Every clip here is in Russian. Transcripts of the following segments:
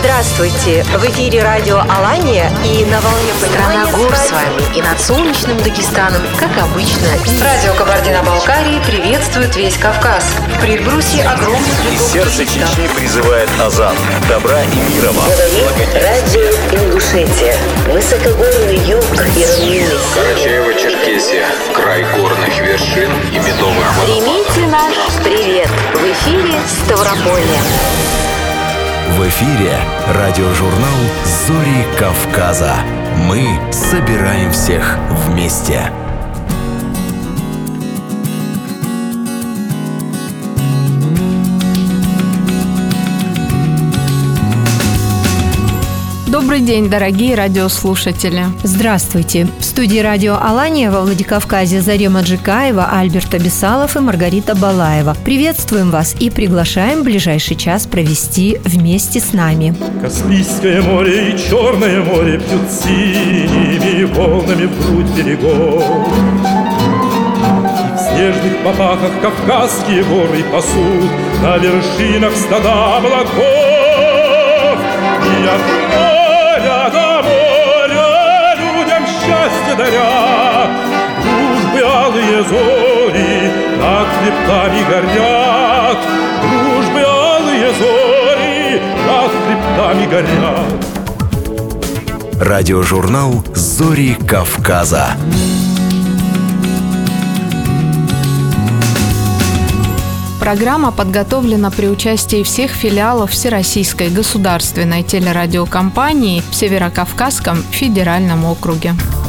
Здравствуйте! В эфире радио Алания и на волне Страна гор с вами и над солнечным Дагестаном, как обычно. Радио Кабардино-Балкарии приветствует весь Кавказ. В Эльбрусе огромный Из сердца Чечни призывает азан. Добра и мира вам. Радио Ингушетия. Высокогорный юг и равнины. Карачаево-Черкесия. Край горных вершин и медовых водопадов. Примите наш привет. В эфире Ставрополье. В эфире радиожурнал «Зори Кавказа». Мы собираем всех вместе. Добрый день, дорогие радиослушатели. Здравствуйте. В студии радио Алания во Владикавказе Зарема Джикаева, Альберт Абисалов и Маргарита Балаева. Приветствуем вас и приглашаем ближайший час провести вместе с нами. Каспийское море и Черное море пьют синими волнами в грудь берегов. И в снежных попахах кавказские горы пасут на вершинах стада облаков. И от моря до моря людям счастье даря, дружбы алые зори над хребтами горят, дружбы алые зори над хребтами горят. Радиожурнал «Зори Кавказа». Программа подготовлена при участии всех филиалов Всероссийской государственной телерадиокомпании в Северокавказском федеральном округе.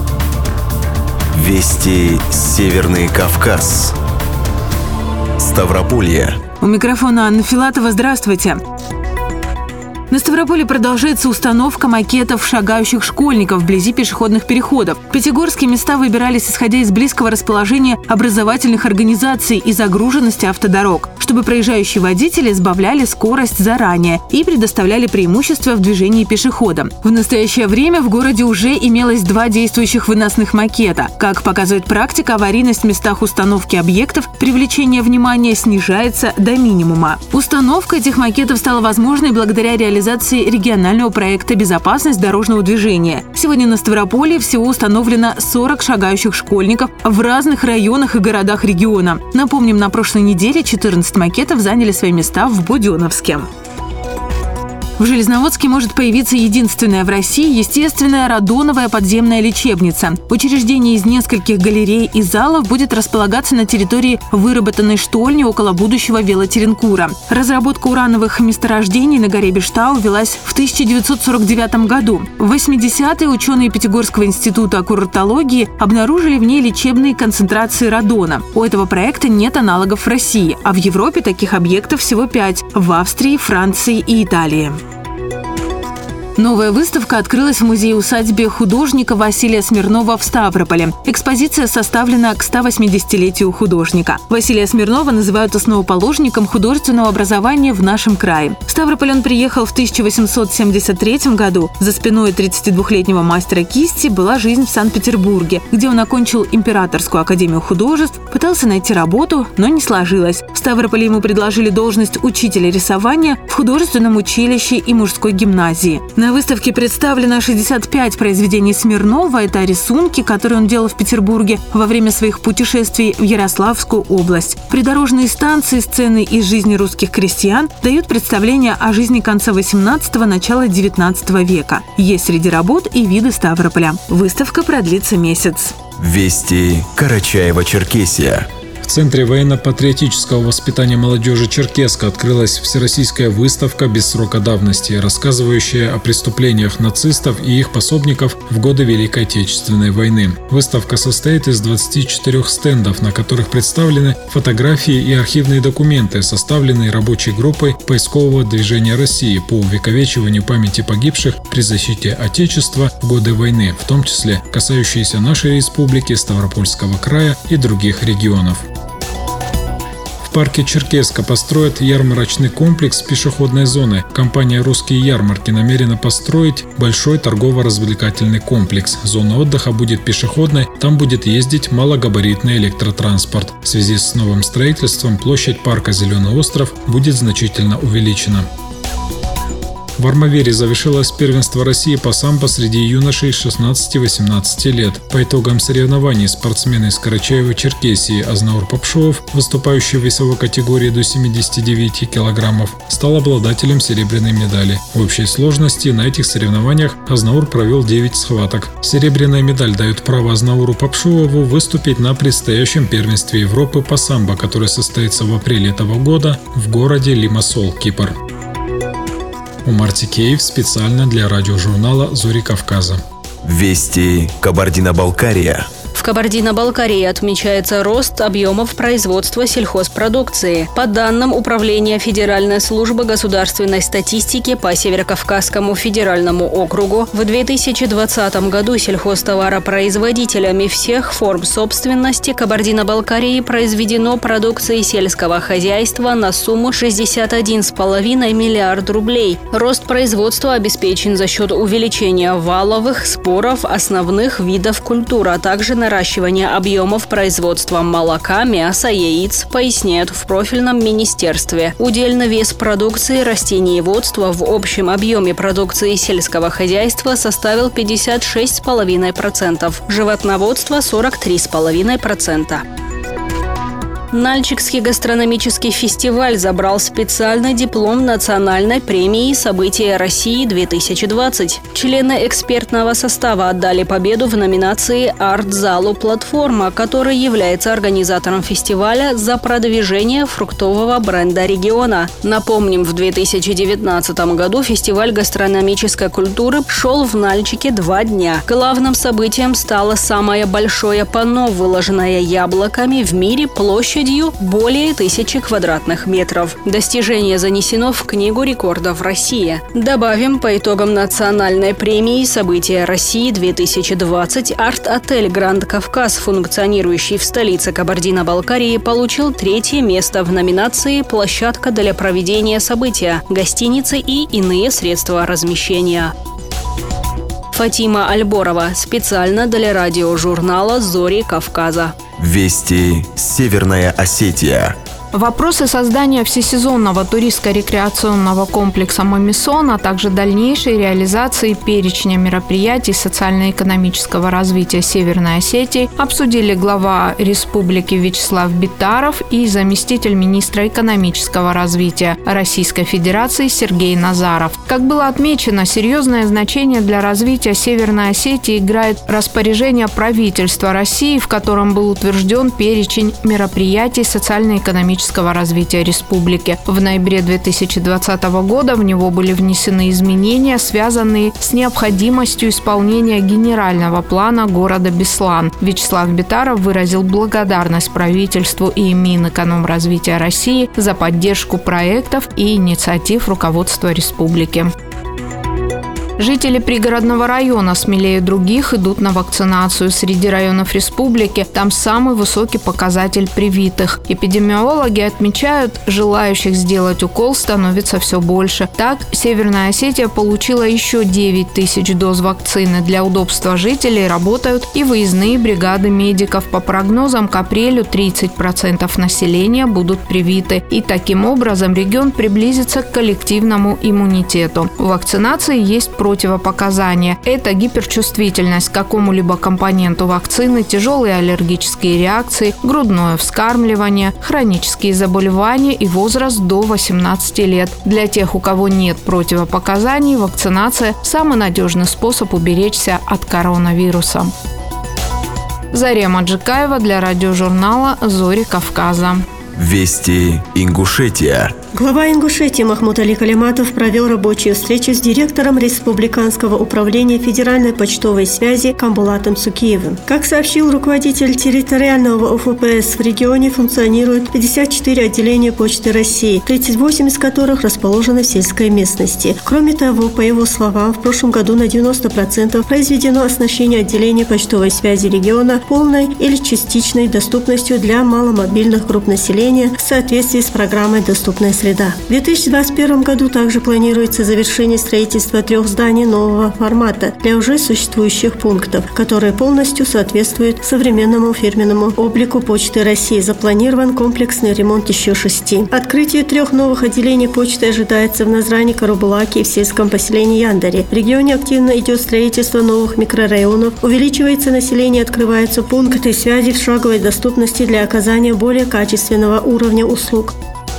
Вести Северный Кавказ. Ставрополье. У микрофона Анна Филатова. Здравствуйте. На Ставрополе продолжается установка макетов шагающих школьников вблизи пешеходных переходов. В Пятигорске места выбирались исходя из близкого расположения образовательных организаций и загруженности автодорог, чтобы проезжающие водители сбавляли скорость заранее и предоставляли преимущество в движении пешеходам. В настоящее время в городе уже имелось 2 действующих выносных макета. Как показывает практика, аварийность в местах установки объектов привлечения внимания снижается до минимума. Установка этих макетов стала возможной благодаря реализации регионального проекта «Безопасность дорожного движения». Сегодня на Ставрополье всего установлено 40 шагающих школьников в разных районах и городах региона. Напомним, на прошлой неделе 14 макетов заняли свои места в Буденновске. В Железноводске может появиться единственная в России естественная радоновая подземная лечебница. Учреждение из нескольких галерей и залов будет располагаться на территории выработанной штольни около будущего велотеринкура. Разработка урановых месторождений на горе Бештау велась в 1949 году. В 80-е ученые Пятигорского института курортологии обнаружили в ней лечебные концентрации радона. У этого проекта нет аналогов в России, а в Европе таких объектов всего 5 – в Австрии, Франции и Италии. Новая выставка открылась в музее-усадьбе художника Василия Смирнова в Ставрополе. Экспозиция составлена к 180-летию художника. Василия Смирнова называют основоположником художественного образования в нашем крае. В Ставрополь он приехал в 1873 году. За спиной 32-летнего мастера кисти была жизнь в Санкт-Петербурге, где он окончил Императорскую академию художеств, пытался найти работу, но не сложилось. В Ставрополе ему предложили должность учителя рисования в художественном училище и мужской гимназии. На выставке представлено 65 произведений Смирнова. Это рисунки, которые он делал в Петербурге во время своих путешествий в Ярославскую область. Придорожные станции, сцены из жизни русских крестьян дают представление о жизни конца 18-го, начала 19 века. Есть среди работ и виды Ставрополя. Выставка продлится месяц. Вести Карачаево-Черкесия. В Центре военно-патриотического воспитания молодежи Черкесска открылась всероссийская выставка без срока давности, рассказывающая о преступлениях нацистов и их пособников в годы Великой Отечественной войны. Выставка состоит из 24 стендов, на которых представлены фотографии и архивные документы, составленные рабочей группой поискового движения России по увековечиванию памяти погибших при защите Отечества в годы войны, в том числе касающиеся нашей республики, Ставропольского края и других регионов. В парке Черкесска построят ярмарочный комплекс пешеходной зоны. Компания «Русские ярмарки» намерена построить большой торгово-развлекательный комплекс. Зона отдыха будет пешеходной, там будет ездить малогабаритный электротранспорт. В связи с новым строительством площадь парка «Зеленый остров» будет значительно увеличена. В Армавире завершилось первенство России по самбо среди юношей 16-18 лет. По итогам соревнований спортсмены из Карачаева-Черкесии Азнаур Попшов, выступающий в весовой категории до 79 килограммов, стал обладателем серебряной медали. В общей сложности на этих соревнованиях Азнаур провел 9 схваток. Серебряная медаль дает право Азнауру Попшову выступить на предстоящем первенстве Европы по самбо, которое состоится в апреле этого года в городе Лимассол, Кипр. Умар Тикеев специально для радиожурнала «Зори Кавказа». Вести Кабардино-Балкария. В Кабардино-Балкарии отмечается рост объемов производства сельхозпродукции. По данным Управления Федеральной службы государственной статистики по Северокавказскому федеральному округу, в 2020 году сельхозтоваропроизводителями всех форм собственности Кабардино-Балкарии произведено продукции сельского хозяйства на сумму 61,5 миллиард рублей. Рост производства обеспечен за счет увеличения валовых, споров, основных видов культур, а также наращивание объемов производства молока, мяса, яиц, поясняют в профильном министерстве. Удельный вес продукции растениеводства в общем объеме продукции сельского хозяйства составил 56,5%, животноводство – 43,5%. Нальчикский гастрономический фестиваль забрал специальный диплом национальной премии «События России-2020». Члены экспертного состава отдали победу в номинации «Арт-залу платформа», который является организатором фестиваля за продвижение фруктового бренда региона. Напомним, в 2019 году фестиваль гастрономической культуры шел в Нальчике 2 дня. Главным событием стало самое большое панно, выложенное яблоками в мире площадью более 1000 квадратных метров. Достижение занесено в Книгу рекордов России. Добавим, по итогам национальной премии «События России-2020» арт-отель «Гранд Кавказ», функционирующий в столице Кабардино-Балкарии, получил 3-е место в номинации «Площадка для проведения события, гостиницы и иные средства размещения». Фатима Альборова специально для радиожурнала «Зори Кавказа». Вести Северная Осетия. Вопросы создания всесезонного туристско-рекреационного комплекса «Мамисон», а также дальнейшей реализации перечня мероприятий социально-экономического развития Северной Осетии обсудили глава республики Вячеслав Битаров и заместитель министра экономического развития Российской Федерации Сергей Назаров. Как было отмечено, серьезное значение для развития Северной Осетии играет распоряжение правительства России, в котором был утвержден перечень мероприятий социально-экономического развития республики. В ноябре 2020 года в него были внесены изменения, связанные с необходимостью исполнения генерального плана города Беслан. Вячеслав Битаров выразил благодарность правительству и Минэкономразвития России за поддержку проектов и инициатив руководства республики. Жители пригородного района смелее других идут на вакцинацию. Среди районов республики там самый высокий показатель привитых. Эпидемиологи отмечают, желающих сделать укол становится все больше. Так, Северная Осетия получила еще 9 тысяч доз вакцины. Для удобства жителей работают и выездные бригады медиков. По прогнозам, к апрелю 30% населения будут привиты. И таким образом регион приблизится к коллективному иммунитету. У вакцинации есть противопоказания. Это гиперчувствительность к какому-либо компоненту вакцины, тяжелые аллергические реакции, грудное вскармливание, хронические заболевания и возраст до 18 лет. Для тех, у кого нет противопоказаний, вакцинация – самый надежный способ уберечься от коронавируса. Зарема Джикаева для радиожурнала «Зори Кавказа». Вести Ингушетия. Глава Ингушетии Махмуд Али Калиматов провел рабочую встречу с директором Республиканского управления федеральной почтовой связи Камбулатом Сукиевым. Как сообщил руководитель территориального УФПС, в регионе функционирует 54 отделения Почты России, 38 из которых расположены в сельской местности. Кроме того, по его словам, в прошлом году на 90% произведено оснащение отделения почтовой связи региона полной или частичной доступностью для маломобильных групп населения в соответствии с программой «Доступная среда». среда. В 2021 году также планируется завершение строительства 3 зданий нового формата для уже существующих пунктов, которые полностью соответствуют современному фирменному облику Почты России. Запланирован комплексный ремонт еще 6. Открытие 3 новых отделений почты ожидается в Назране, Карабулаке и в сельском поселении Яндаре. В регионе активно идет строительство новых микрорайонов, увеличивается население, открываются пункты связи в шаговой доступности для оказания более качественного уровня услуг.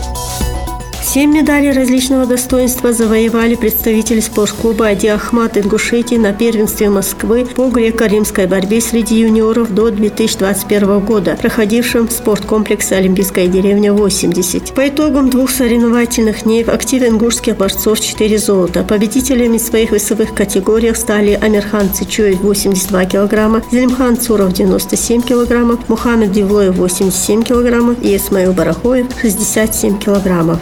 7 медалей различного достоинства завоевали представители спортклуба «Ади Ахмат» Ингушетии на первенстве Москвы по греко-римской борьбе среди юниоров до 2021 года, проходившем в спорткомплексе «Олимпийская деревня 80». По итогам 2 соревновательных дней в активе ингушских борцов 4 золота. Победителями в своих весовых категориях стали Амирхан Цичуев 82 килограмма, Зелимхан Цуров 97 килограммов, Мухаммед Девлоев 87 килограммов и Исмаил Барахоев 67 килограммов.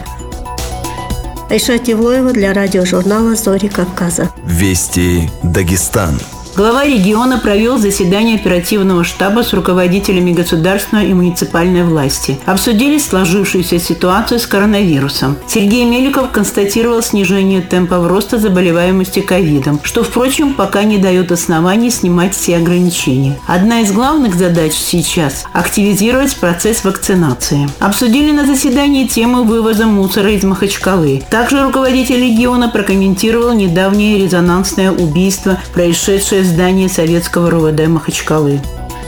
Айшат Евлоева для радиожурнала «Зори Кавказа». Вести Дагестан. Глава региона провел заседание оперативного штаба с руководителями государственной и муниципальной власти. Обсудили сложившуюся ситуацию с коронавирусом. Сергей Меликов констатировал снижение темпов роста заболеваемости ковидом, что, впрочем, пока не дает оснований снимать все ограничения. Одна из главных задач сейчас – активизировать процесс вакцинации. Обсудили на заседании тему вывоза мусора из Махачкалы. Также руководитель региона прокомментировал недавнее резонансное убийство, происшедшее в здании Советского РУВД Махачкалы.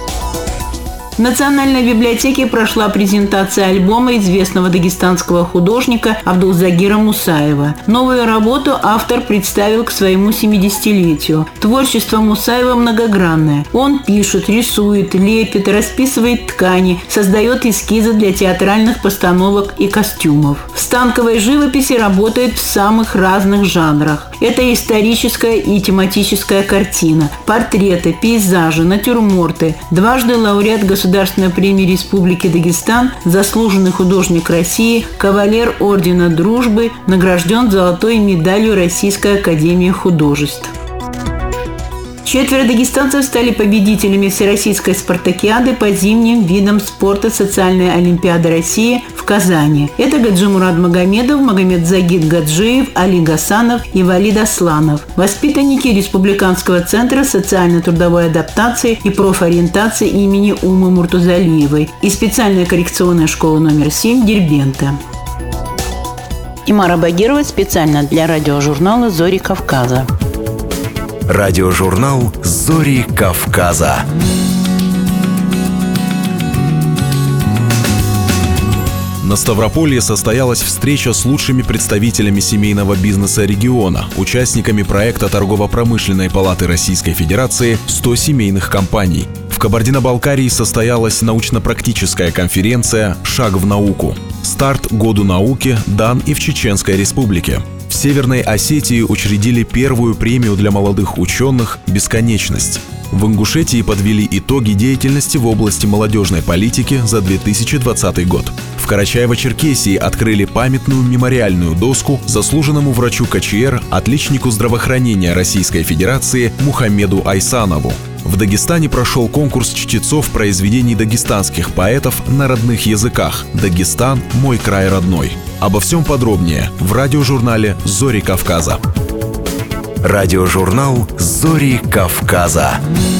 В Национальной библиотеке прошла презентация альбома известного дагестанского художника Абдулзагира Мусаева. Новую работу автор представил к своему 70-летию. Творчество Мусаева многогранное. Он пишет, рисует, лепит, расписывает ткани, создает эскизы для театральных постановок и костюмов. В станковой живописи работает в самых разных жанрах. Это историческая и тематическая картина, портреты, пейзажи, натюрморты. Дважды лауреат Государственной премии Республики Дагестан, заслуженный художник России, кавалер Ордена Дружбы, награжден золотой медалью Российской академии художеств. 4 дагестанцев стали победителями Всероссийской спартакиады по зимним видам спорта «Социальная олимпиада России» в Казани. Это Гаджимурад Магомедов, Магомедзагид Гаджиев, Али Гасанов и Валид Асланов. Воспитанники Республиканского центра социально-трудовой адаптации и профориентации имени Умы Муртузалиевой и специальной коррекционной школы номер 7 Дербента. Имара Багирова специально для радиожурнала «Зори Кавказа». Радиожурнал «Зори Кавказа». На Ставрополье состоялась встреча с лучшими представителями семейного бизнеса региона, участниками проекта Торгово-промышленной палаты Российской Федерации «100 семейных компаний». В Кабардино-Балкарии состоялась научно-практическая конференция «Шаг в науку». Старт Году науки дан и в Чеченской Республике. В Северной Осетии учредили первую премию для молодых ученых «Бесконечность». В Ингушетии подвели итоги деятельности в области молодежной политики за 2020 год. В Карачаево-Черкесии открыли памятную мемориальную доску заслуженному врачу КЧР, отличнику здравоохранения Российской Федерации Мухаммеду Айсанову. В Дагестане прошел конкурс чтецов произведений дагестанских поэтов на родных языках «Дагестан. Мой край родной». Обо всем подробнее в радиожурнале «Зори Кавказа». Радиожурнал «Зори Кавказа».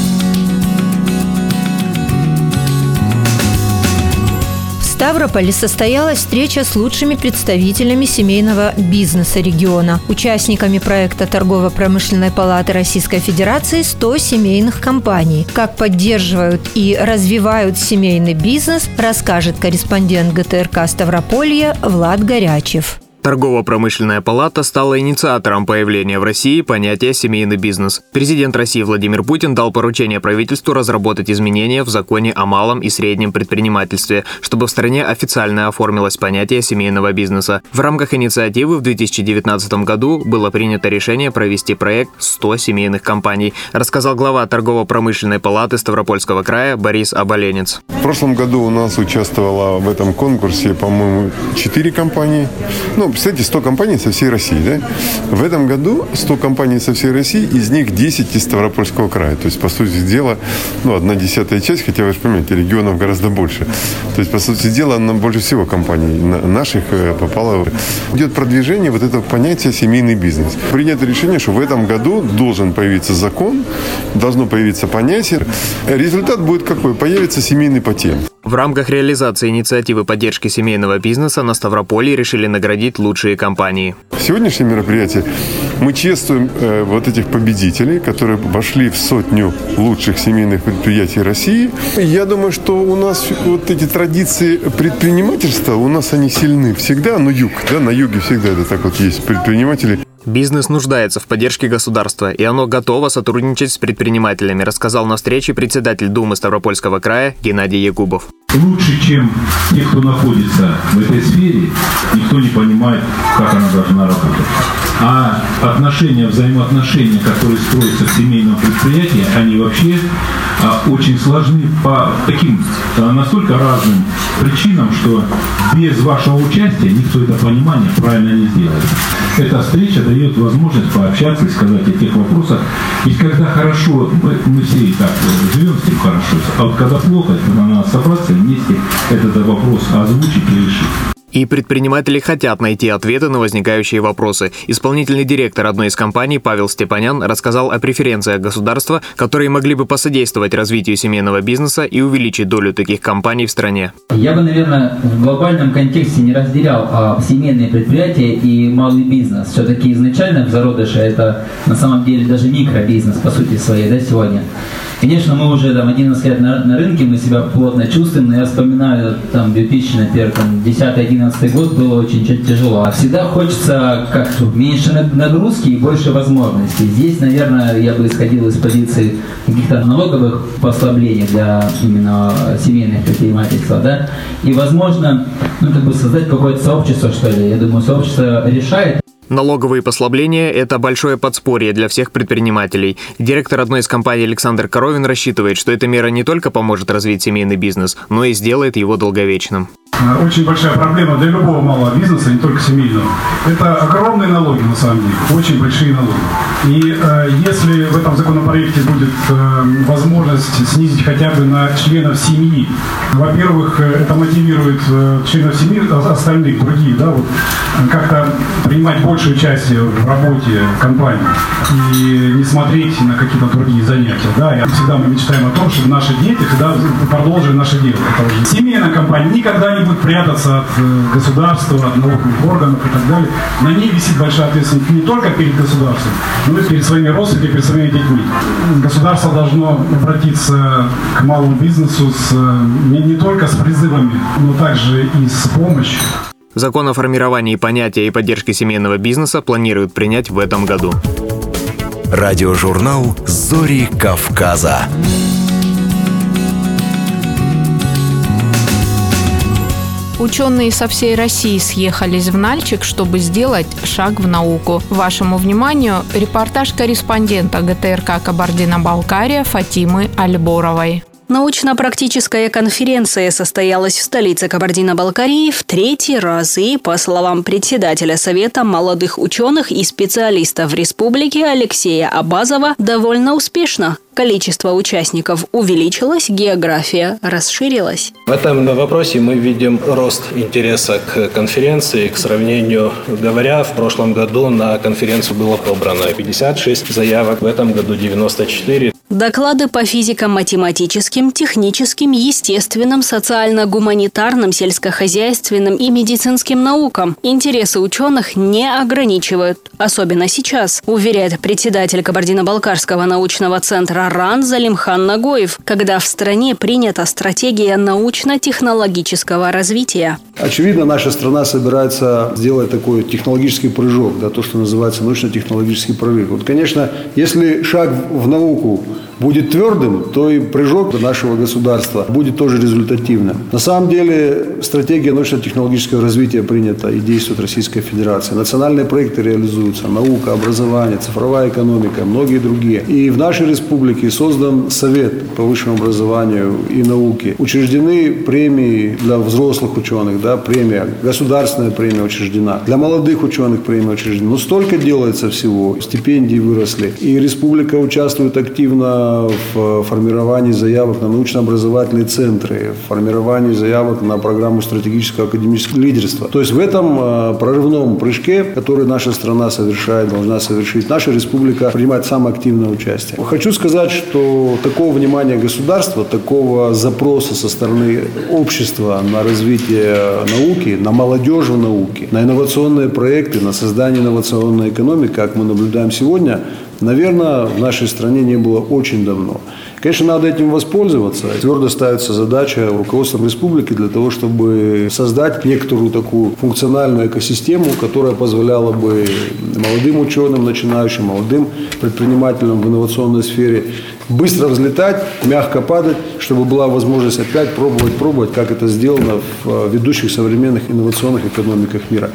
В Ставрополе состоялась встреча с лучшими представителями семейного бизнеса региона, участниками проекта Торгово-промышленной палаты Российской Федерации «100 семейных компаний». Как поддерживают и развивают семейный бизнес, расскажет корреспондент ГТРК Ставрополья Влад Горячев. Торгово-промышленная палата стала инициатором появления в России понятия «семейный бизнес». Президент России Владимир Путин дал поручение правительству разработать изменения в законе о малом и среднем предпринимательстве, чтобы в стране официально оформилось понятие семейного бизнеса. В рамках инициативы в 2019 году было принято решение провести проект «100 семейных компаний», рассказал глава Торгово-промышленной палаты Ставропольского края Борис Оболенец. В прошлом году у нас участвовало в этом конкурсе, по-моему, 4 компании. представьте, 100 компаний со всей России, да? В этом году 100 компаний со всей России, из них 10 из Ставропольского края. То есть, по сути дела, 1/10 часть, хотя вы же понимаете, регионов гораздо больше. То есть, по сути дела, больше всего компаний наших попало. Идет продвижение вот этого понятия семейный бизнес. Принято решение, что в этом году должен появиться закон, должно появиться понятие. Результат будет какой? Появится семейный патент. В рамках реализации инициативы поддержки семейного бизнеса на Ставрополье решили наградить лучшие компании. Сегодняшнее мероприятие мы чествуем вот этих победителей, которые вошли в 100 лучших семейных предприятий России. Я думаю, что у нас вот эти традиции предпринимательства, у нас они сильны всегда, но юг, да, на юге всегда это так вот есть предприниматели. Бизнес нуждается в поддержке государства, и оно готово сотрудничать с предпринимателями, рассказал на встрече председатель Думы Ставропольского края Геннадий Якубов. Лучше, чем те, кто находится в этой сфере, никто не понимает, как она должна работать. А взаимоотношения, которые строятся в семейном предприятии, они вообще очень сложны по таким настолько разным причинам, что без вашего участия никто это понимание правильно не сделает. Эта встреча дает возможность пообщаться и сказать о тех вопросах. Ведь когда хорошо, мы все и так живем с ним хорошо, а вот когда плохо, тогда надо собраться и вместе этот вопрос озвучить и решить. И предприниматели хотят найти ответы на возникающие вопросы. Исполнительный директор одной из компаний Павел Степанян рассказал о преференциях государства, которые могли бы посодействовать развитию семейного бизнеса и увеличить долю таких компаний в стране. Я бы, наверное, в глобальном контексте не разделял семейные предприятия и малый бизнес. Все-таки изначально в зародыше это на самом деле даже микробизнес по сути своей, да, сегодня. Конечно, мы уже 11 лет на рынке, мы себя плотно чувствуем, но я вспоминаю 2010-2011 год было очень тяжело. А всегда хочется как-то меньше нагрузки и больше возможностей. Здесь, наверное, я бы исходил из позиции каких-то налоговых послаблений для именно семейных предпринимательств, да, и, возможно, создать какое-то сообщество, что ли. Я думаю, сообщество решает. Налоговые послабления – это большое подспорье для всех предпринимателей. Директор одной из компаний Александр Коровин рассчитывает, что эта мера не только поможет развить семейный бизнес, но и сделает его долговечным. Очень большая проблема для любого малого бизнеса, не только семейного. Это огромные налоги, на самом деле, очень большие налоги. И если в этом законопроекте будет возможность снизить хотя бы на членов семьи, во-первых, это мотивирует членов семьи, остальных, других, да, вот, как-то принимать большее участие в работе компании и не смотреть на какие-то другие занятия. Да. И всегда мы мечтаем о том, чтобы наши дети всегда продолжили наше дело. Это уже семейная компания никогда не будет прятаться от государства, от налоговых органов и так далее. На ней висит большая ответственность не только перед государством, но и перед своими родственниками, перед своими детьми. Государство должно обратиться к малому бизнесу не только с призывами, но также и с помощью. Закон о формировании понятия и поддержке семейного бизнеса планируют принять в этом году. Радиожурнал «Зори Кавказа». Ученые со всей России съехались в Нальчик, чтобы сделать шаг в науку. Вашему вниманию репортаж корреспондента ГТРК «Кабардино-Балкария» Фатимы Альборовой. Научно-практическая конференция состоялась в столице Кабардино-Балкарии в 3-й раз и, по словам председателя Совета молодых ученых и специалистов республики Алексея Абазова, довольно успешно. Количество участников увеличилось, география расширилась. В этом вопросе мы видим рост интереса к конференции. К сравнению говоря, в прошлом году на конференцию было собрано 56 заявок, в этом году 94. Доклады по физико-математическим, техническим, естественным, социально-гуманитарным, сельскохозяйственным и медицинским наукам интересы ученых не ограничивают, особенно сейчас, уверяет председатель Кабардино-Балкарского научного центра РАН Залимхан Нагоев, когда в стране принята стратегия научно-технологического развития. Очевидно, наша страна собирается сделать такой технологический прыжок, да, то, что называется научно-технологический прорыв. Вот, конечно, если шаг в науку будет твердым, то и прыжок нашего государства будет тоже результативным. На самом деле стратегия научно-технологического развития принята и действует Российская Федерация. Национальные проекты реализуются, наука, образование, цифровая экономика, многие другие. И в нашей республике создан Совет по высшему образованию и науке. Учреждены премии для взрослых ученых, да, премия, государственная премия учреждена. Для молодых ученых премия учреждена. Но столько делается всего, стипендии выросли. И республика участвует активно в формировании заявок на научно-образовательные центры, в формировании заявок на программу стратегического академического лидерства. То есть в этом прорывном прыжке, который наша страна совершает, должна совершить, наша республика принимает самое активное участие. Хочу сказать, что такого внимания государства, такого запроса со стороны общества на развитие науки, на молодежь в науке, на инновационные проекты, на создание инновационной экономики, как мы наблюдаем сегодня, наверное, в нашей стране не было очень давно. Конечно, надо этим воспользоваться. Твердо ставится задача руководством республики для того, чтобы создать некоторую такую функциональную экосистему, которая позволяла бы молодым ученым, начинающим, молодым предпринимателям в инновационной сфере быстро взлетать, мягко падать, чтобы была возможность опять пробовать, как это сделано в ведущих современных инновационных экономиках мира.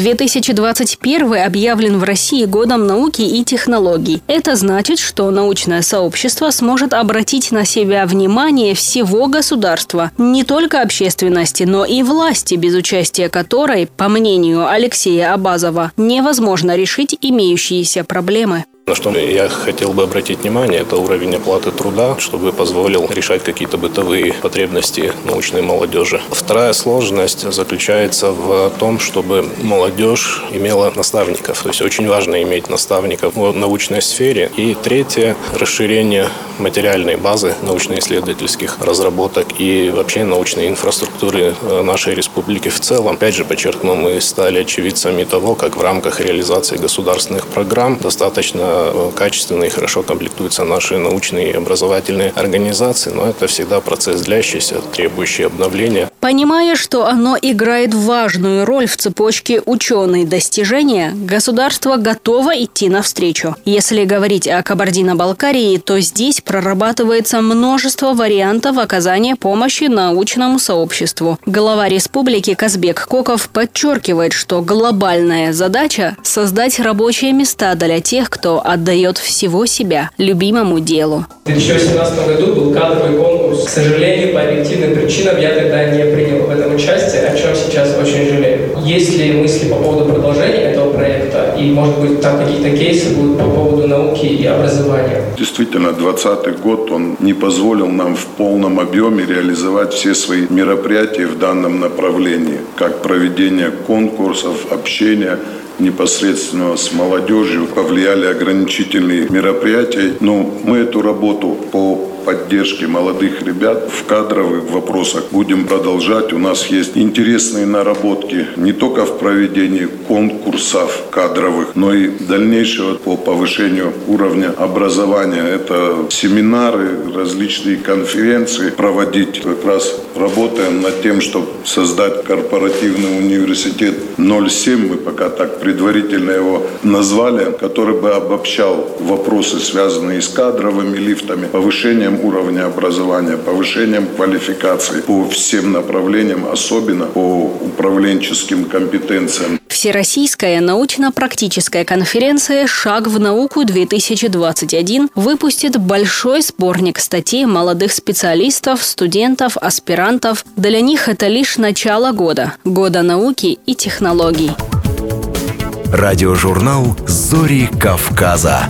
2021 объявлен в России годом науки и технологий. Это значит, что научное сообщество сможет обратить на себя внимание всего государства, не только общественности, но и власти, без участия которой, по мнению Алексея Абазова, невозможно решить имеющиеся проблемы. На что я хотел бы обратить внимание, это уровень оплаты труда, чтобы позволил решать какие-то бытовые потребности научной молодежи. Вторая сложность заключается в том, чтобы молодежь имела наставников. То есть очень важно иметь наставников в научной сфере. И третье – расширение материальной базы научно-исследовательских разработок и вообще научной инфраструктуры нашей республики в целом. Опять же, подчеркну, мы стали очевидцами того, как в рамках реализации государственных программ достаточно качественно и хорошо комплектуются наши научные и образовательные организации, но это всегда процесс длящийся, требующий обновления. Понимая, что оно играет важную роль в цепочке ученые достижения, государство готово идти навстречу. Если говорить о Кабардино-Балкарии, то здесь прорабатывается множество вариантов оказания помощи научному сообществу. Глава республики Казбек Коков подчеркивает, что глобальная задача – создать рабочие места для тех, кто отдает всего себя любимому делу. В 2018 году был кадровый конкурс. К сожалению, по объективным причинам я тогда не принял в этом участие, о чем сейчас очень жалею. Есть ли мысли по поводу продолжения этого проекта? И, может быть, там какие-то кейсы будут по поводу науки и образования? Действительно, 2020 год, он не позволил нам в полном объеме реализовать все свои мероприятия в данном направлении, как проведение конкурсов, общения непосредственно с молодежью, повлияли ограничительные мероприятия. Но мы эту работу по поддержке молодых ребят в кадровых вопросах будем продолжать. У нас есть интересные наработки не только в проведении конкурсов кадровых, но и дальнейшего по повышению уровня образования. Это семинары, различные конференции проводить. Как раз работаем над тем, чтобы создать корпоративный университет 07, мы пока так предварительно его назвали, который бы обобщал вопросы, связанные с кадровыми лифтами, повышением уровня образования, повышением квалификации по всем направлениям, особенно по управленческим компетенциям. Всероссийская научно-практическая конференция «Шаг в науку-2021» выпустит большой сборник статей молодых специалистов, студентов, аспирантов. Для них это лишь начало года науки и технологий. Радиожурнал «Зори Кавказа».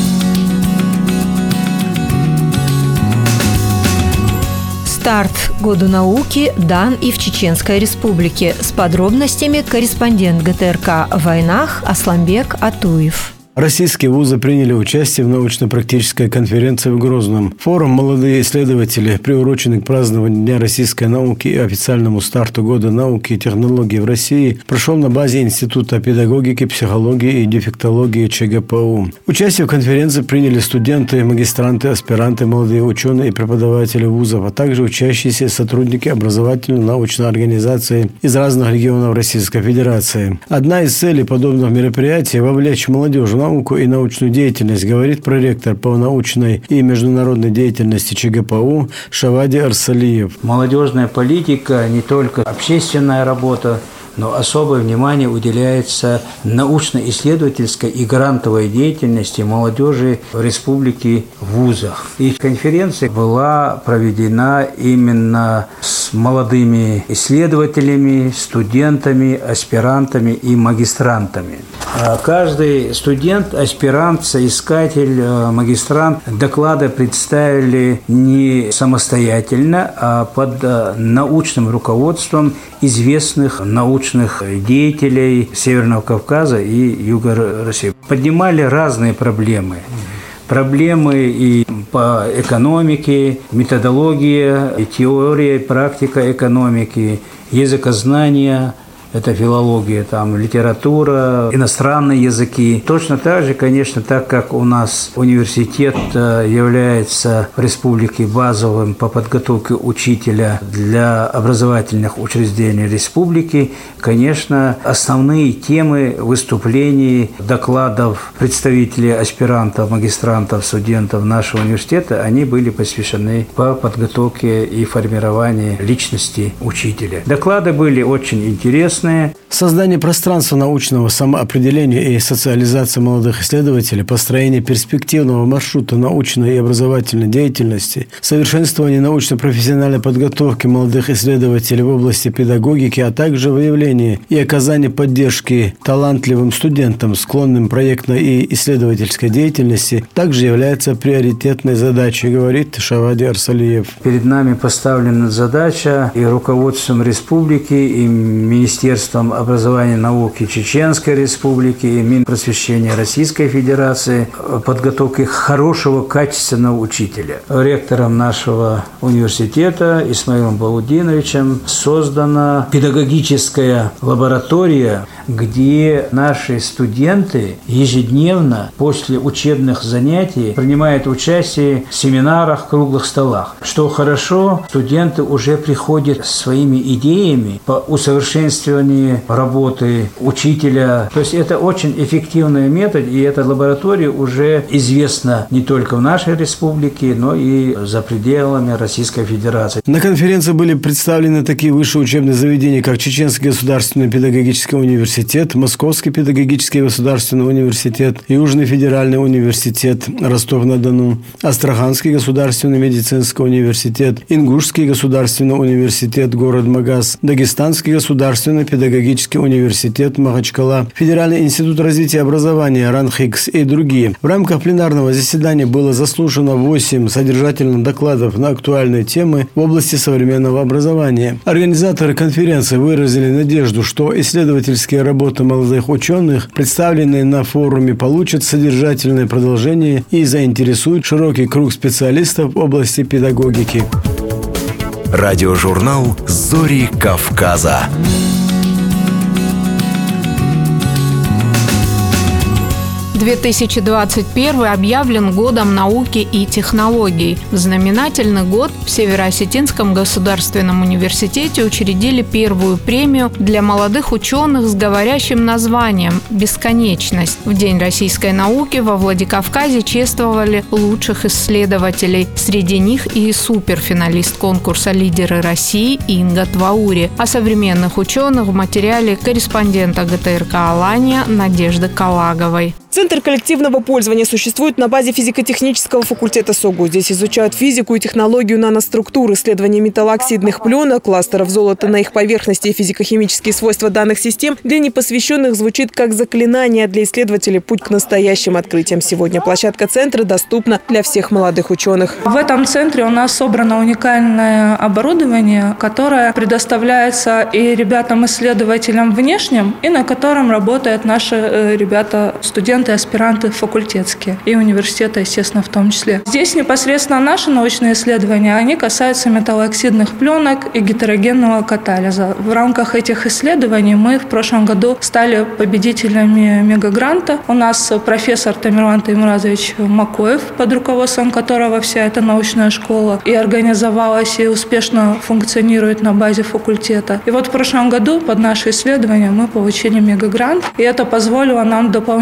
Старт года науки дан и в Чеченской Республике. С подробностями корреспондент ГТРК в войнах Асламбек Атуев. Российские вузы приняли участие в научно-практической конференции в Грозном. Форум «Молодые исследователи», приуроченный к празднованию Дня российской науки и официальному старту Года науки и технологий в России, прошел на базе Института педагогики, психологии и дефектологии ЧГПУ. Участие в конференции приняли студенты, магистранты, аспиранты, молодые ученые и преподаватели вузов, а также учащиеся и сотрудники образовательно-научной организации из разных регионов Российской Федерации. Одна из целей подобных мероприятий – вовлечь молодежь в науку науку и научную деятельность, говорит проректор по научной и международной деятельности ЧГПУ Шавади Арсалиев. Молодежная политика не только общественная работа, но особое внимание уделяется научно-исследовательской и грантовой деятельности молодежи в республике в вузах. И конференция была проведена именно с молодыми исследователями, студентами, аспирантами и магистрантами. Каждый студент, аспирант, соискатель, магистрант доклады представили не самостоятельно, а под научным руководством известных научных деятелей Северного Кавказа и Юга России. Поднимали разные проблемы. Проблемы и по экономике, методология, и теория, и практика экономики, языкознание. Это филология, там, литература, иностранные языки. Точно так же, конечно, так как у нас университет является в республике базовым по подготовке учителя для образовательных учреждений республики, конечно, основные темы выступлений, докладов представителей аспирантов, магистрантов, студентов нашего университета, они были посвящены по подготовке и формированию личности учителя. Доклады были очень интересные. Создание пространства научного самоопределения и социализация молодых исследователей, построение перспективного маршрута научной и образовательной деятельности, совершенствование научно-профессиональной подготовки молодых исследователей в области педагогики, а также выявление и оказание поддержки талантливым студентам, склонным проектной и исследовательской деятельности, также является приоритетной задачей, говорит Шавади Арсалиев. Перед нами поставлена задача и руководством республики, и Министерством образования и науки Чеченской Республики, и Минпросвещения Российской Федерации подготовки хорошего, качественного учителя. Ректором нашего университета Исмаилом Балудиновичем создана педагогическая лаборатория, где наши студенты ежедневно после учебных занятий принимают участие в семинарах, круглых столах. Что хорошо, студенты уже приходят своими идеями по усовершенствованию работы учителя. То есть это очень эффективный метод, и эта лаборатория уже известна не только в нашей республике, но и за пределами Российской Федерации. На конференции были представлены такие высшие учебные заведения, как Чеченский государственный педагогический университет, Московский педагогический государственный университет, Южный федеральный университет Ростов-на-Дону, Астраханский государственный медицинский университет, Ингушский государственный университет город Магаз, Дагестанский государственный педагогический университет Махачкала, Федеральный институт развития и образования РАНХИКС и другие. В рамках пленарного заседания было заслушано 8 содержательных докладов на актуальные темы в области современного образования. Организаторы конференции выразили надежду, что исследовательские работы молодых ученых, представленные на форуме, получат содержательное продолжение и заинтересуют широкий круг специалистов в области педагогики. Радиожурнал «Зори Кавказа». 2021 объявлен годом науки и технологий. В знаменательный год в Северо-Осетинском государственном университете учредили первую премию для молодых ученых с говорящим названием «Бесконечность». В День российской науки во Владикавказе чествовали лучших исследователей. Среди них и суперфиналист конкурса «Лидеры России» Инга Тваури. О современных ученых в материале корреспондента ГТРК «Алания» Надежды Калаговой. Центр коллективного пользования существует на базе физико-технического факультета СОГУ. Здесь изучают физику и технологию наноструктур, исследование металлооксидных пленок, кластеров золота на их поверхности и физико-химические свойства данных систем. Для непосвященных звучит как заклинание, для исследователей путь к настоящим открытиям. Сегодня площадка центра доступна для всех молодых ученых. В этом центре у нас собрано уникальное оборудование, которое предоставляется и ребятам-исследователям внешним, и на котором работают наши ребята, студенты, аспиранты факультетские и университета, естественно, в том числе. Здесь непосредственно наши научные исследования, они касаются металлооксидных пленок и гетерогенного катализа. В рамках этих исследований мы в прошлом году стали победителями мегагранта. У нас профессор Тамерлан Таймуразович Макоев, под руководством которого вся эта научная школа и организовалась, и успешно функционирует на базе факультета. И вот в прошлом году под наше исследование мы получили мегагрант, и это позволило нам дополнительно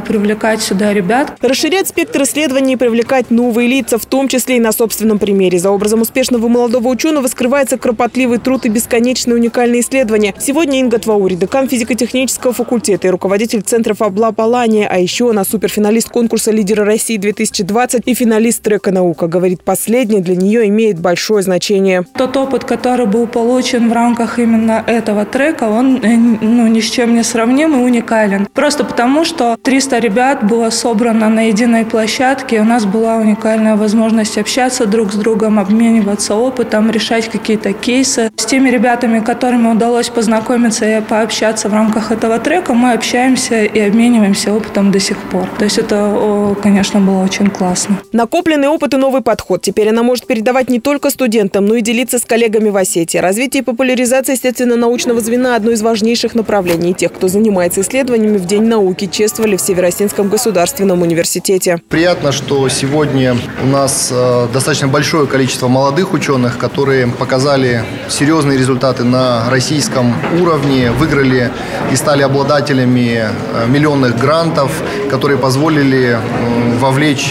привлекать сюда ребят. Расширять спектр исследований и привлекать новые лица, в том числе и на собственном примере. За образом успешного молодого ученого скрывается кропотливый труд и бесконечные уникальные исследования. Сегодня Инга Тваури, декан физико-технического факультета и руководитель Центра Фаблаб Алания, а еще она суперфиналист конкурса «Лидеры России-2020» и финалист трека «Наука». Говорит, последний для нее имеет большое значение. Тот опыт, который был получен в рамках именно этого трека, он ни с чем не сравним и уникален. Просто потому, что 300 ребят было собрано на единой площадке, и у нас была уникальная возможность общаться друг с другом, обмениваться опытом, решать какие-то кейсы. С теми ребятами, которыми удалось познакомиться и пообщаться в рамках этого трека, мы общаемся и обмениваемся опытом до сих пор. То есть это, конечно, было очень классно. Накопленный опыт и новый подход. Теперь она может передавать не только студентам, но и делиться с коллегами в Осетии. Развитие и популяризация естественно-научного звена – одно из важнейших направлений. Тех, кто занимается исследованиями, в День науки чествовали в Северо-Осетинском государственном университете. Приятно, что сегодня у нас достаточно большое количество молодых ученых, которые показали серьезные результаты на российском уровне, выиграли и стали обладателями миллионных грантов, которые позволили вовлечь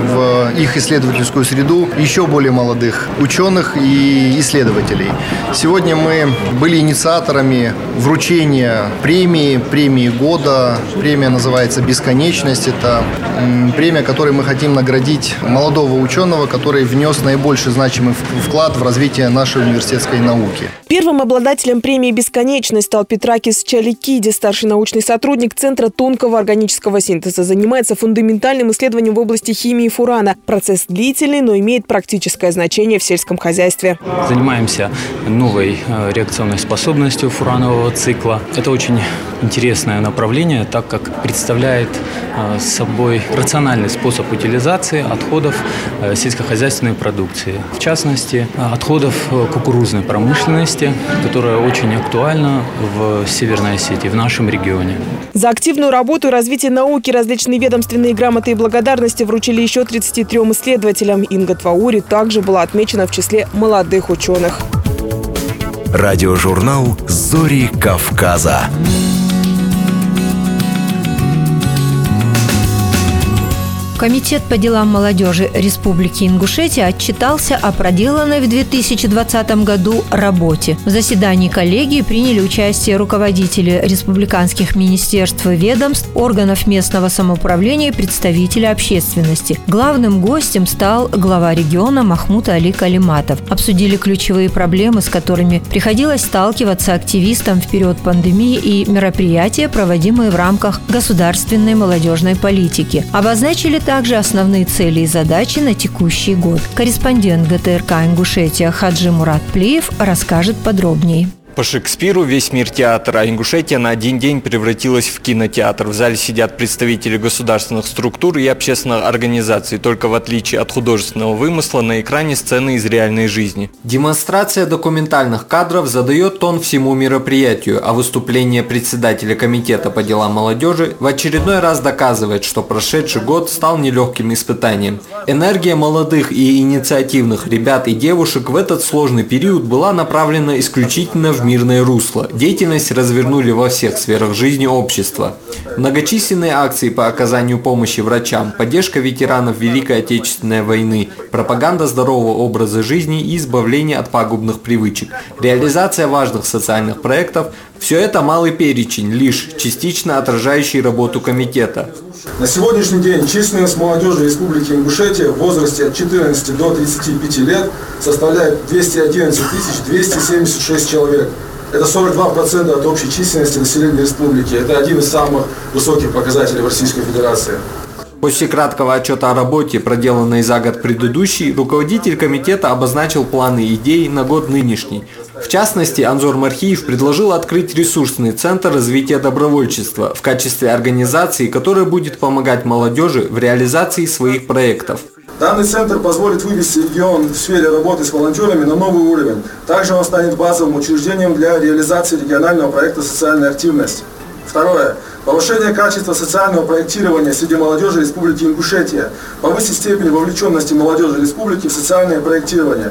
в их исследовательскую среду еще более молодых ученых и исследователей. Сегодня мы были инициаторами вручения премии года. Премия называется «Бесконечность». Это премия, которой мы хотим наградить молодого ученого, который внес наибольший значимый вклад в развитие нашей университетской науки. Первым обладателем премии «Бесконечность» стал Петракис Чаликиди, старший научный сотрудник Центра тонкого органического синтеза. Занимается фундаментальным исследованием в области химии фурана. Процесс длительный, но имеет практическое значение в сельском хозяйстве. Занимаемся новой реакционной способностью фуранового цикла. Это очень интересное направление, так как представляет собой рациональный способ утилизации отходов сельскохозяйственной продукции. В частности, отходов кукурузной промышленности, которая очень актуальна в Северной Осетии, в нашем регионе. За активную работу и развитие науки различные ведомственные грамоты и благодарности вручили еще 33 исследователям. Инга Тваури также была отмечена в числе молодых ученых. Радиожурнал «Зори Кавказа». Комитет по делам молодежи Республики Ингушетия отчитался о проделанной в 2020 году работе. В заседании коллегии приняли участие руководители республиканских министерств и ведомств, органов местного самоуправления и представители общественности. Главным гостем стал глава региона Махмуд Али Калиматов. Обсудили ключевые проблемы, с которыми приходилось сталкиваться активистам в период пандемии, и мероприятия, проводимые в рамках государственной молодежной политики. Обозначили также основные цели и задачи на текущий год. Корреспондент ГТРК Ингушетия Хаджи Мурат Плиев расскажет подробнее. По Шекспиру весь мир театра, а Ингушетия на один день превратилась в кинотеатр. В зале сидят представители государственных структур и общественных организаций. Только в отличие от художественного вымысла, на экране сцены из реальной жизни. Демонстрация документальных кадров задает тон всему мероприятию, а выступление председателя комитета по делам молодежи в очередной раз доказывает, что прошедший год стал нелегким испытанием. Энергия молодых и инициативных ребят и девушек в этот сложный период была направлена исключительно в мирное русло. Деятельность развернули во всех сферах жизни общества. Многочисленные акции по оказанию помощи врачам, поддержка ветеранов Великой Отечественной войны, пропаганда здорового образа жизни и избавление от пагубных привычек, реализация важных социальных проектов – все это малый перечень, лишь частично отражающий работу комитета. На сегодняшний день численность молодежи Республики Ингушетия в возрасте от 14 до 35 лет составляет 211 276 человек. Это 42% от общей численности населения республики. Это один из самых высоких показателей в Российской Федерации. После краткого отчета о работе, проделанной за год предыдущий, руководитель комитета обозначил планы и идеи на год нынешний. В частности, Анзор Мархиев предложил открыть ресурсный центр развития добровольчества в качестве организации, которая будет помогать молодежи в реализации своих проектов. Данный центр позволит вывести регион в сфере работы с волонтерами на новый уровень. Также он станет базовым учреждением для реализации регионального проекта «Социальная активность». Второе. Повышение качества социального проектирования среди молодежи Республики Ингушетия. Повысить степень вовлеченности молодежи республики в социальное проектирование.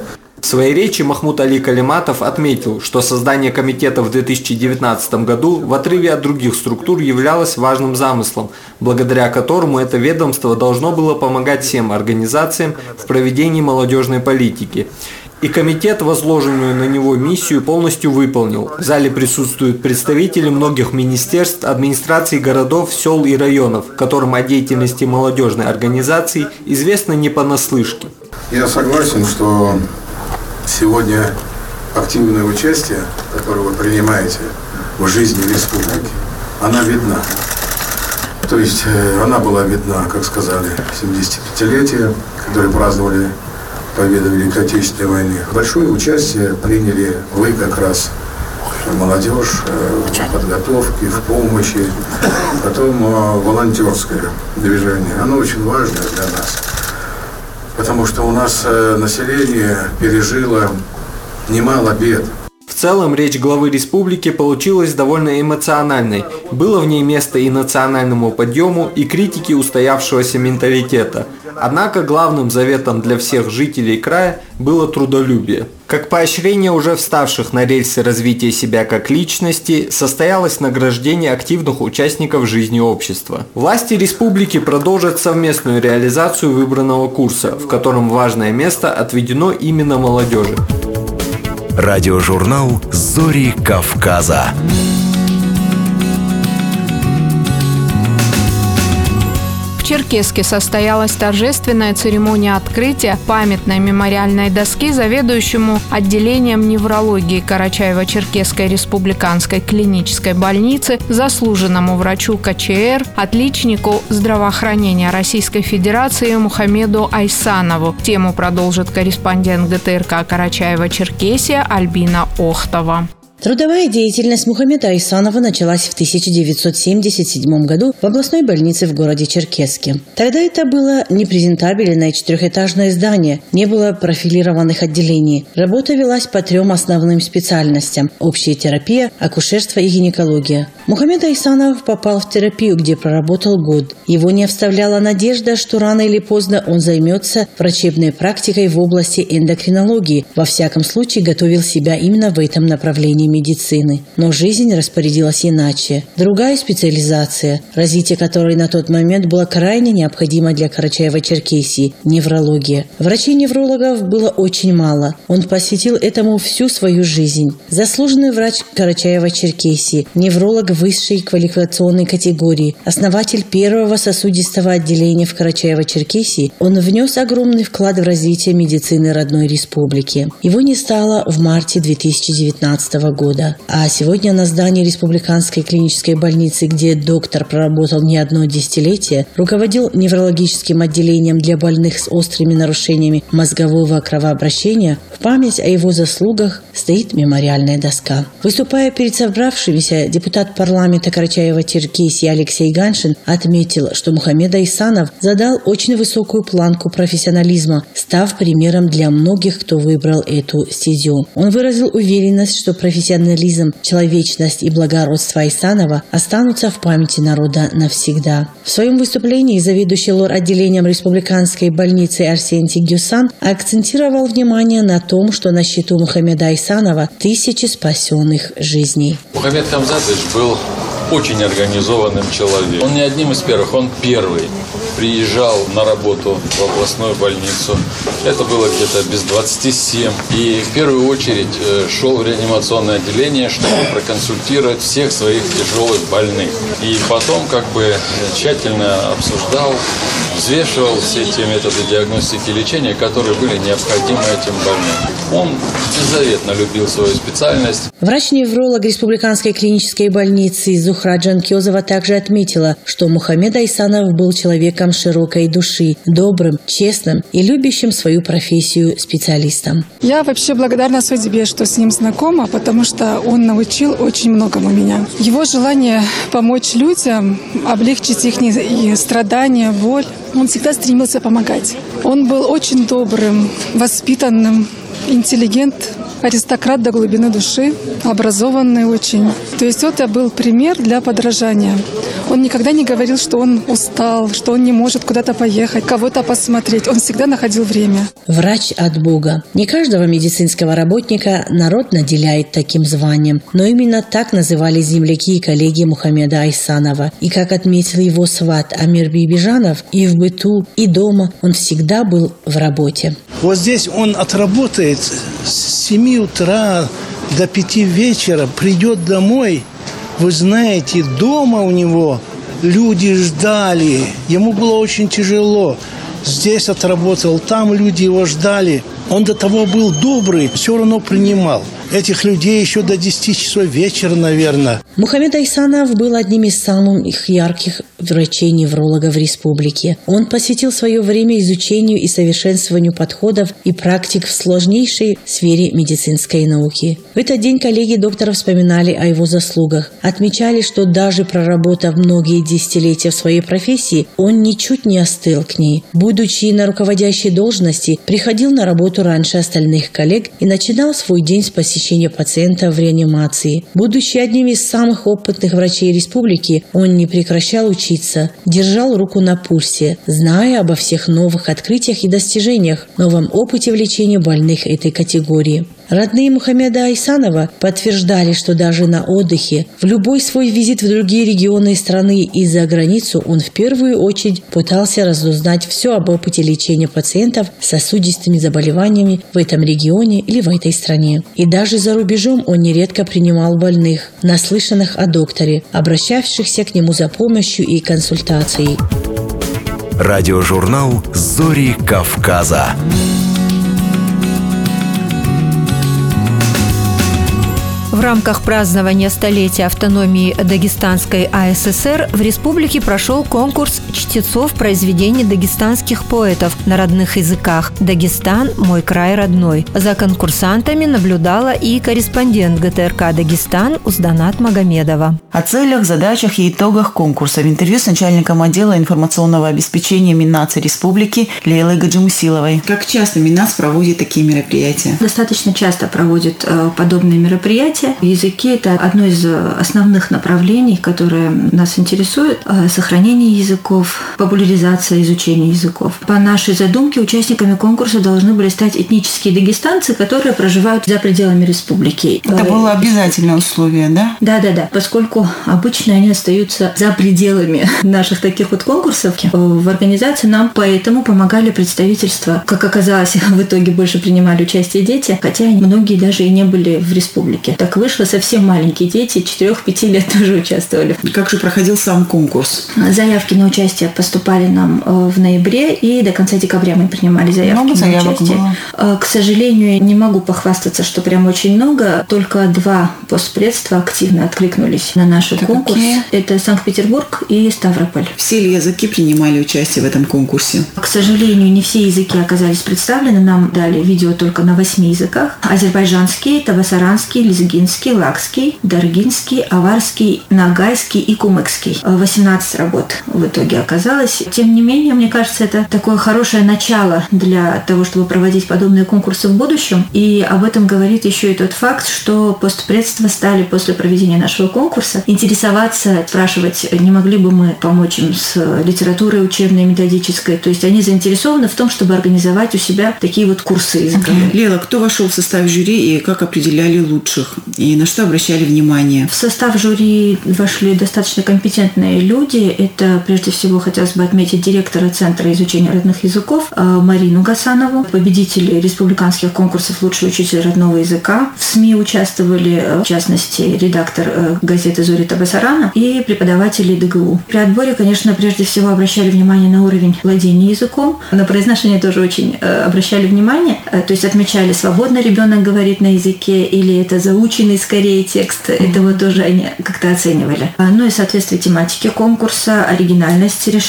В своей речи Махмуд Али Калиматов отметил, что создание комитета в 2019 году в отрыве от других структур являлось важным замыслом, благодаря которому это ведомство должно было помогать всем организациям в проведении молодежной политики. И комитет возложенную на него миссию полностью выполнил. В зале присутствуют представители многих министерств, администраций городов, сел и районов, которым о деятельности молодежной организации известно не понаслышке. Я согласен, что сегодня активное участие, которое вы принимаете в жизни республики, она видна. То есть она была видна, как сказали, 75-летие, которое праздновали победу в Великой Отечественной войны. Большое участие приняли вы как раз, молодежь, в подготовке, в помощи, потом волонтерское движение. Оно очень важное для нас, потому что у нас население пережило немало бед. В целом, речь главы республики получилась довольно эмоциональной. Было в ней место и национальному подъему, и критике устоявшегося менталитета. Однако главным заветом для всех жителей края было трудолюбие. Как поощрение уже вставших на рельсы развития себя как личности, состоялось награждение активных участников жизни общества. Власти республики продолжат совместную реализацию выбранного курса, в котором важное место отведено именно молодежи. Радиожурнал «Зори Кавказа». В Черкесске состоялась торжественная церемония открытия памятной мемориальной доски заведующему отделением неврологии Карачаево-Черкесской республиканской клинической больницы, заслуженному врачу КЧР, отличнику здравоохранения Российской Федерации Мухаммеду Айсанову. Тему продолжит корреспондент ГТРК Карачаево-Черкесия Альбина Охтова. Трудовая деятельность Мухаммеда Айсанова началась в 1977 году в областной больнице в городе Черкесске. Тогда это было непрезентабельное четырехэтажное здание, не было профилированных отделений. Работа велась по 3 основным специальностям – общая терапия, акушерство и гинекология. Мухаммед Айсанов попал в терапию, где проработал год. Его не оставляла надежда, что рано или поздно он займется врачебной практикой в области эндокринологии. Во всяком случае, готовил себя именно в этом направлении медицины. Но жизнь распорядилась иначе. Другая специализация, развитие которой на тот момент было крайне необходимо для Карачаево-Черкесии – неврология. Врачей-неврологов было очень мало. Он посвятил этому всю свою жизнь. Заслуженный врач Карачаево-Черкесии, невролог высшей квалификационной категории, основатель первого сосудистого отделения в Карачаево-Черкесии, он внес огромный вклад в развитие медицины родной республики. Его не стало в марте 2019 года. А сегодня на здании Республиканской клинической больницы, где доктор проработал не одно десятилетие, руководил неврологическим отделением для больных с острыми нарушениями мозгового кровообращения, в память о его заслугах стоит мемориальная доска. Выступая перед собравшимися, депутат парламента Карачаево-Черкесии Алексей Ганшин отметил, что Мухаммед Айсанов задал очень высокую планку профессионализма, став примером для многих, кто выбрал эту стезю. Он выразил уверенность, что профессионализм, человечность и благородство Айсанова останутся в памяти народа навсегда. В своем выступлении заведующий лор-отделением Республиканской больницы Арсентий Гюсан акцентировал внимание на том, что на счету Мухаммеда Айсанова 1000 спасенных жизней. Мухаммед Хамзатович был очень организованным человеком. Он не одним из первых, он первый приезжал на работу в областную больницу. Это было где-то без 27. И в первую очередь шел в реанимационное отделение, чтобы проконсультировать всех своих тяжелых больных. И потом тщательно обсуждал, взвешивал все те методы диагностики и лечения, которые были необходимы этим больным. Он беззаветно любил свою специальность. Врач-невролог Республиканской клинической больницы Зухра Джанкезова также отметила, что Мухаммед Айсанов был человеком широкой души, добрым, честным и любящим свою профессию специалистом. Я вообще благодарна судьбе, что с ним знакома, потому что он научил очень многому меня. Его желание помочь людям, облегчить их страдания, боль. Он всегда стремился помогать. Он был очень добрым, воспитанным, интеллигент, аристократ до глубины души, образованный очень. То есть это был пример для подражания. Он никогда не говорил, что он устал, что он не может куда-то поехать, кого-то посмотреть. Он всегда находил время. Врач от Бога. Не каждого медицинского работника народ наделяет таким званием, но именно так называли земляки и коллеги Мухаммеда Айсанова. И как отметил его сват Амир Бибижанов, и в быту, и дома он всегда был в работе. Вот здесь он отработает с 7 утра до 5 вечера, придет домой. Вы знаете, дома у него люди ждали, ему было очень тяжело. Здесь отработал, там люди его ждали. Он до того был добрый, все равно принимал. Этих людей еще до 10 часов вечера, наверное. Мухаммед Айсанов был одним из самых ярких врачей-неврологов республики. Он посвятил свое время изучению и совершенствованию подходов и практик в сложнейшей сфере медицинской науки. В этот день коллеги доктора вспоминали о его заслугах. Отмечали, что даже проработав многие десятилетия в своей профессии, он ничуть не остыл к ней. Будучи на руководящей должности, приходил на работу раньше остальных коллег и начинал свой день с посещения пациентов в реанимации. Будучи одним из самых опытных врачей республики, он не прекращал учиться, держал руку на пульсе, зная обо всех новых открытиях и достижениях, новом опыте в лечении больных этой категории. Родные Мухаммеда Айсанова подтверждали, что даже на отдыхе, в любой свой визит в другие регионы страны и за границу он в первую очередь пытался разузнать все об опыте лечения пациентов с сосудистыми заболеваниями в этом регионе или в этой стране. И даже за рубежом он нередко принимал больных, наслышанных о докторе, обращавшихся к нему за помощью и консультацией. Радиожурнал «Зори Кавказа». В рамках празднования столетия автономии Дагестанской АССР в республике прошел конкурс чтецов произведений дагестанских поэтов на родных языках «Дагестан. Мой край родной». За конкурсантами наблюдала и корреспондент ГТРК «Дагестан» Узданат Магомедова. О целях, задачах и итогах конкурса в интервью с начальником отдела информационного обеспечения Миннац республики Лейлой Гаджимусиловой. Как часто Миннац проводит такие мероприятия? Достаточно часто проводит подобные мероприятия. Языки – это одно из основных направлений, которые нас интересуют. Сохранение языков, популяризация изучения языков. По нашей задумке участниками конкурса должны были стать этнические дагестанцы, которые проживают за пределами республики. Это было обязательное условие, да? Да. Поскольку обычно они остаются за пределами наших таких вот конкурсов, в организации нам поэтому помогали представительства. Как оказалось, в итоге больше принимали участие дети, хотя многие даже и не были в республике. Так вышло, совсем маленькие дети, 4-5 лет тоже участвовали. Как же проходил сам конкурс? Заявки на участие поступали нам в ноябре, и до конца декабря мы принимали заявки много на участие. Было? К сожалению, не могу похвастаться, что прям очень много. Только 2 постпредства активно откликнулись на наш конкурс. Какие? Это Санкт-Петербург и Ставрополь. Все ли языки принимали участие в этом конкурсе? К сожалению, не все языки оказались представлены. Нам дали видео только на 8 языках. Азербайджанский, табасаранский, лезгинский, лакский, даргинский, аварский, нагайский и кумыкский. 18 работ в итоге оказалось. Тем не менее, мне кажется, это такое хорошее начало для того, чтобы проводить подобные конкурсы в будущем. И об этом говорит еще и тот факт, что постпредства стали после проведения нашего конкурса интересоваться, спрашивать, не могли бы мы помочь им с литературой учебной, методической. То есть они заинтересованы в том, чтобы организовать у себя такие вот курсы языковые. Лела, кто вошел в состав жюри и как определяли лучших? И на что обращали внимание? В состав жюри вошли достаточно компетентные люди. Это, прежде всего, хотелось бы отметить директора Центра изучения родных языков Марину Гасанову, победители республиканских конкурсов «Лучший учитель родного языка». В СМИ участвовали, в частности, редактор газеты «Зори Табасарана» и преподаватели ДГУ. При отборе, конечно, прежде всего обращали внимание на уровень владения языком. На произношение тоже очень обращали внимание. То есть отмечали, свободно ребенок говорит на языке или это заученный скорее текст, этого тоже они как-то оценивали. Ну и соответствие тематике конкурса, оригинальность решения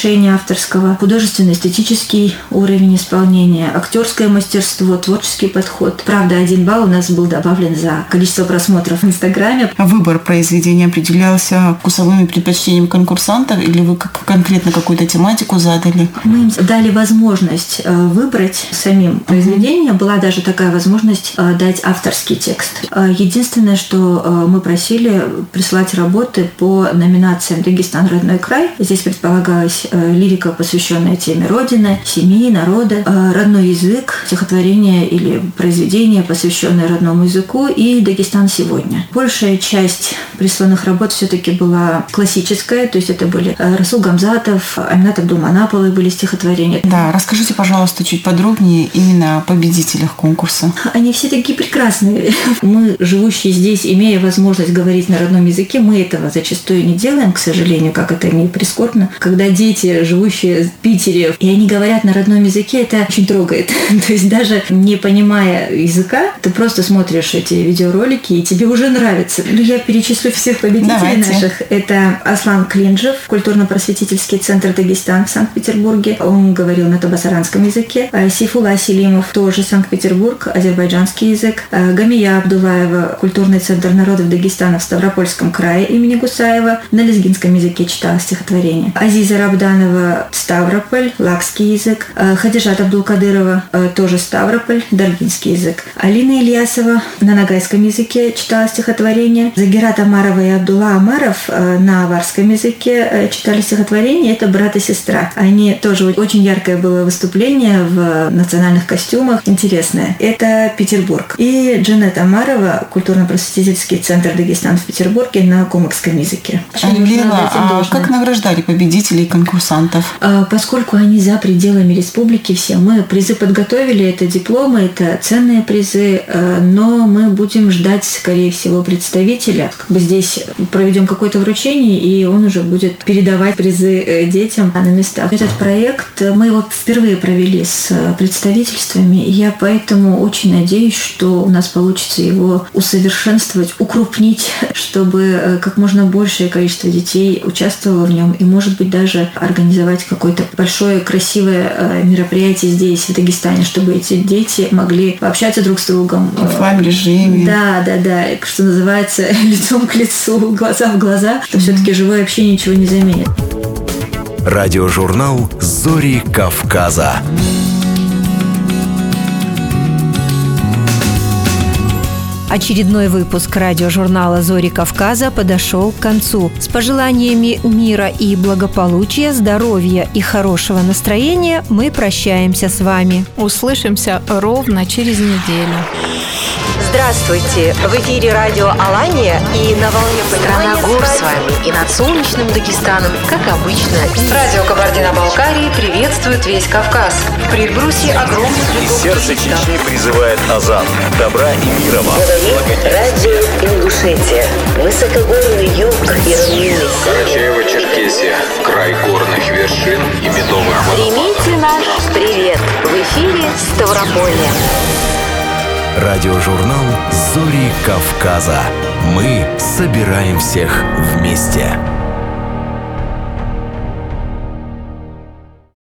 решения авторского, художественно-эстетический уровень исполнения, актерское мастерство, творческий подход. Правда, 1 балл у нас был добавлен за количество просмотров в Инстаграме. Выбор произведения определялся вкусовыми предпочтениями конкурсантов или вы конкретно какую-то тематику задали? Мы им дали возможность выбрать самим произведение. Была даже такая возможность дать авторский текст. Единственное, что мы просили прислать работы по номинациям «Дагестан. Родной край». Здесь предполагалась лирика, посвященная теме Родины, семьи, народа, родной язык, стихотворение или произведение, посвященное родному языку, и «Дагестан сегодня». Большая часть присланных работ все-таки была классическая, то есть это были Расул Гамзатов, Аминат Абдулманаповой были стихотворения. Да, расскажите, пожалуйста, чуть подробнее именно о победителях конкурса. Они все такие прекрасные. Мы, живущие здесь, имея возможность говорить на родном языке, мы этого зачастую не делаем, к сожалению, как это не прискорбно. Когда дети, живущие в Питере, и они говорят на родном языке, это очень трогает. То есть даже не понимая языка, ты просто смотришь эти видеоролики, и тебе уже нравится. Я перечислю всех победителей наших. Это Аслан Клинжев, культурно-просветительский центр «Дагестан» в Санкт-Петербурге. Он говорил на табасаранском языке. Сейфулла Селимов, тоже Санкт-Петербург, азербайджанский язык. Гамия Абдулаева, культурный центр народов Дагестана в Ставропольском крае имени Гусаева, на лезгинском языке читала стихотворение. Азиза Рабданова, Ставрополь, лакский язык. Хадижат Абдулкадырова, тоже Ставрополь, даргинский язык. Алина Ильясова на нагайском языке читала стихотворение. Загират Амарова и Абдулла Амаров на аварском языке читали стихотворение. Это брат и сестра. Они тоже очень яркое было выступление в национальных костюмах. Интересное. Это Петербург. И Джанет Амарова, культурно-просветительский центр «Дагестан» в Петербурге на кумыкском языке. Лила, а как награждали победителей и конкурсантов? Поскольку они за пределами республики все, мы призы подготовили, это дипломы, это ценные призы, но мы будем ждать, скорее всего, представителя. Здесь проведем какое-то вручение, и он уже будет передавать призы детям на местах. Этот проект мы его впервые провели с представительствами, и я поэтому очень надеюсь, что у нас получится его усовершенствовать, укрупнить, чтобы как можно большее количество детей участвовало в нем, и, может быть, даже организовать какое-то большое красивое мероприятие здесь, в Дагестане, чтобы эти дети могли пообщаться друг с другом. В офлайн-режиме. Да, что называется, лицом к лицу, глаза в глаза, что все-таки живое общение ничего не заменит. Радиожурнал «Зори Кавказа». Очередной выпуск радиожурнала «Зори Кавказа» подошел к концу. С пожеланиями мира и благополучия, здоровья и хорошего настроения мы прощаемся с вами. Услышимся ровно через неделю. Здравствуйте! В эфире радио «Алания» и на волне «Страна гор» с вами и над солнечным Дагестаном, как обычно. Радио Кабардино-Балкарии приветствует весь Кавказ. В предбрусье огромных Из сердца Чечни призывает азан. Добра и мира вам. Радио Ингушетия. Высокогорный юг и равнины. Карачаево-Черкесия. Край горных вершин и медовых водопадов. Примите наш привет. В эфире Ставрополье. Радиожурнал «Зори Кавказа». Мы собираем всех вместе.